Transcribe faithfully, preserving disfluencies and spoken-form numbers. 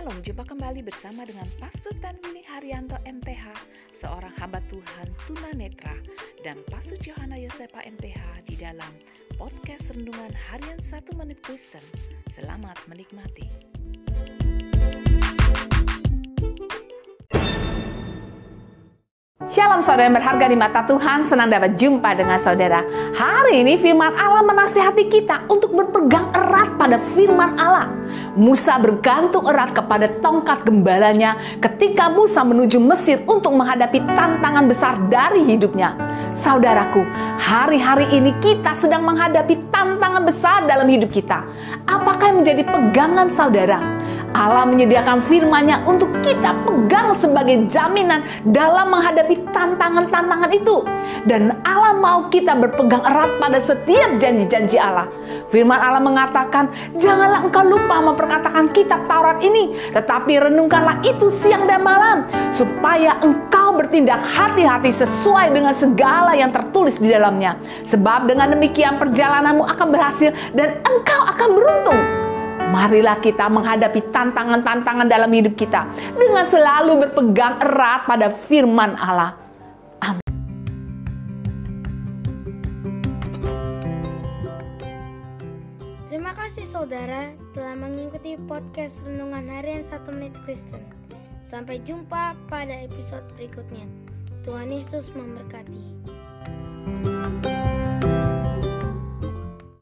Shalom, jumpa kembali bersama dengan Pastor Tanwini Haryanto M T H, seorang hamba Tuhan tunanetra, dan Pastor Johanna Yosepa M T H di dalam podcast Renungan Harian satu Menit Kristen. Selamat menikmati. Shalom saudara yang berharga di mata Tuhan, senang dapat jumpa dengan saudara. Hari ini firman Allah menasihati kita untuk berpegang erat pada firman Allah. Musa bergantung erat kepada tongkat gembalanya ketika Musa menuju Mesir untuk menghadapi tantangan besar dari hidupnya. Saudaraku, hari-hari ini kita sedang menghadapi tantangan besar dalam hidup kita. Apakah yang menjadi pegangan saudara? Allah menyediakan firman-Nya untuk kita pegang sebagai jaminan dalam menghadapi tantangan-tantangan itu. Dan Allah mau kita berpegang erat pada setiap janji-janji Allah. Firman Allah mengatakan, janganlah engkau lupa memperkatakan kitab Taurat ini, tetapi renungkanlah itu siang dan malam, supaya engkau bertindak hati-hati sesuai dengan segala yang tertulis di dalamnya. Sebab dengan demikian perjalananmu akan berhasil dan engkau akan beruntung. Marilah kita menghadapi tantangan-tantangan dalam hidup kita dengan selalu berpegang erat pada firman Allah. Amin. Terima kasih saudara telah mengikuti podcast Renungan Harian satu Menit Kristen. Sampai jumpa pada episode berikutnya. Tuhan Yesus memberkati.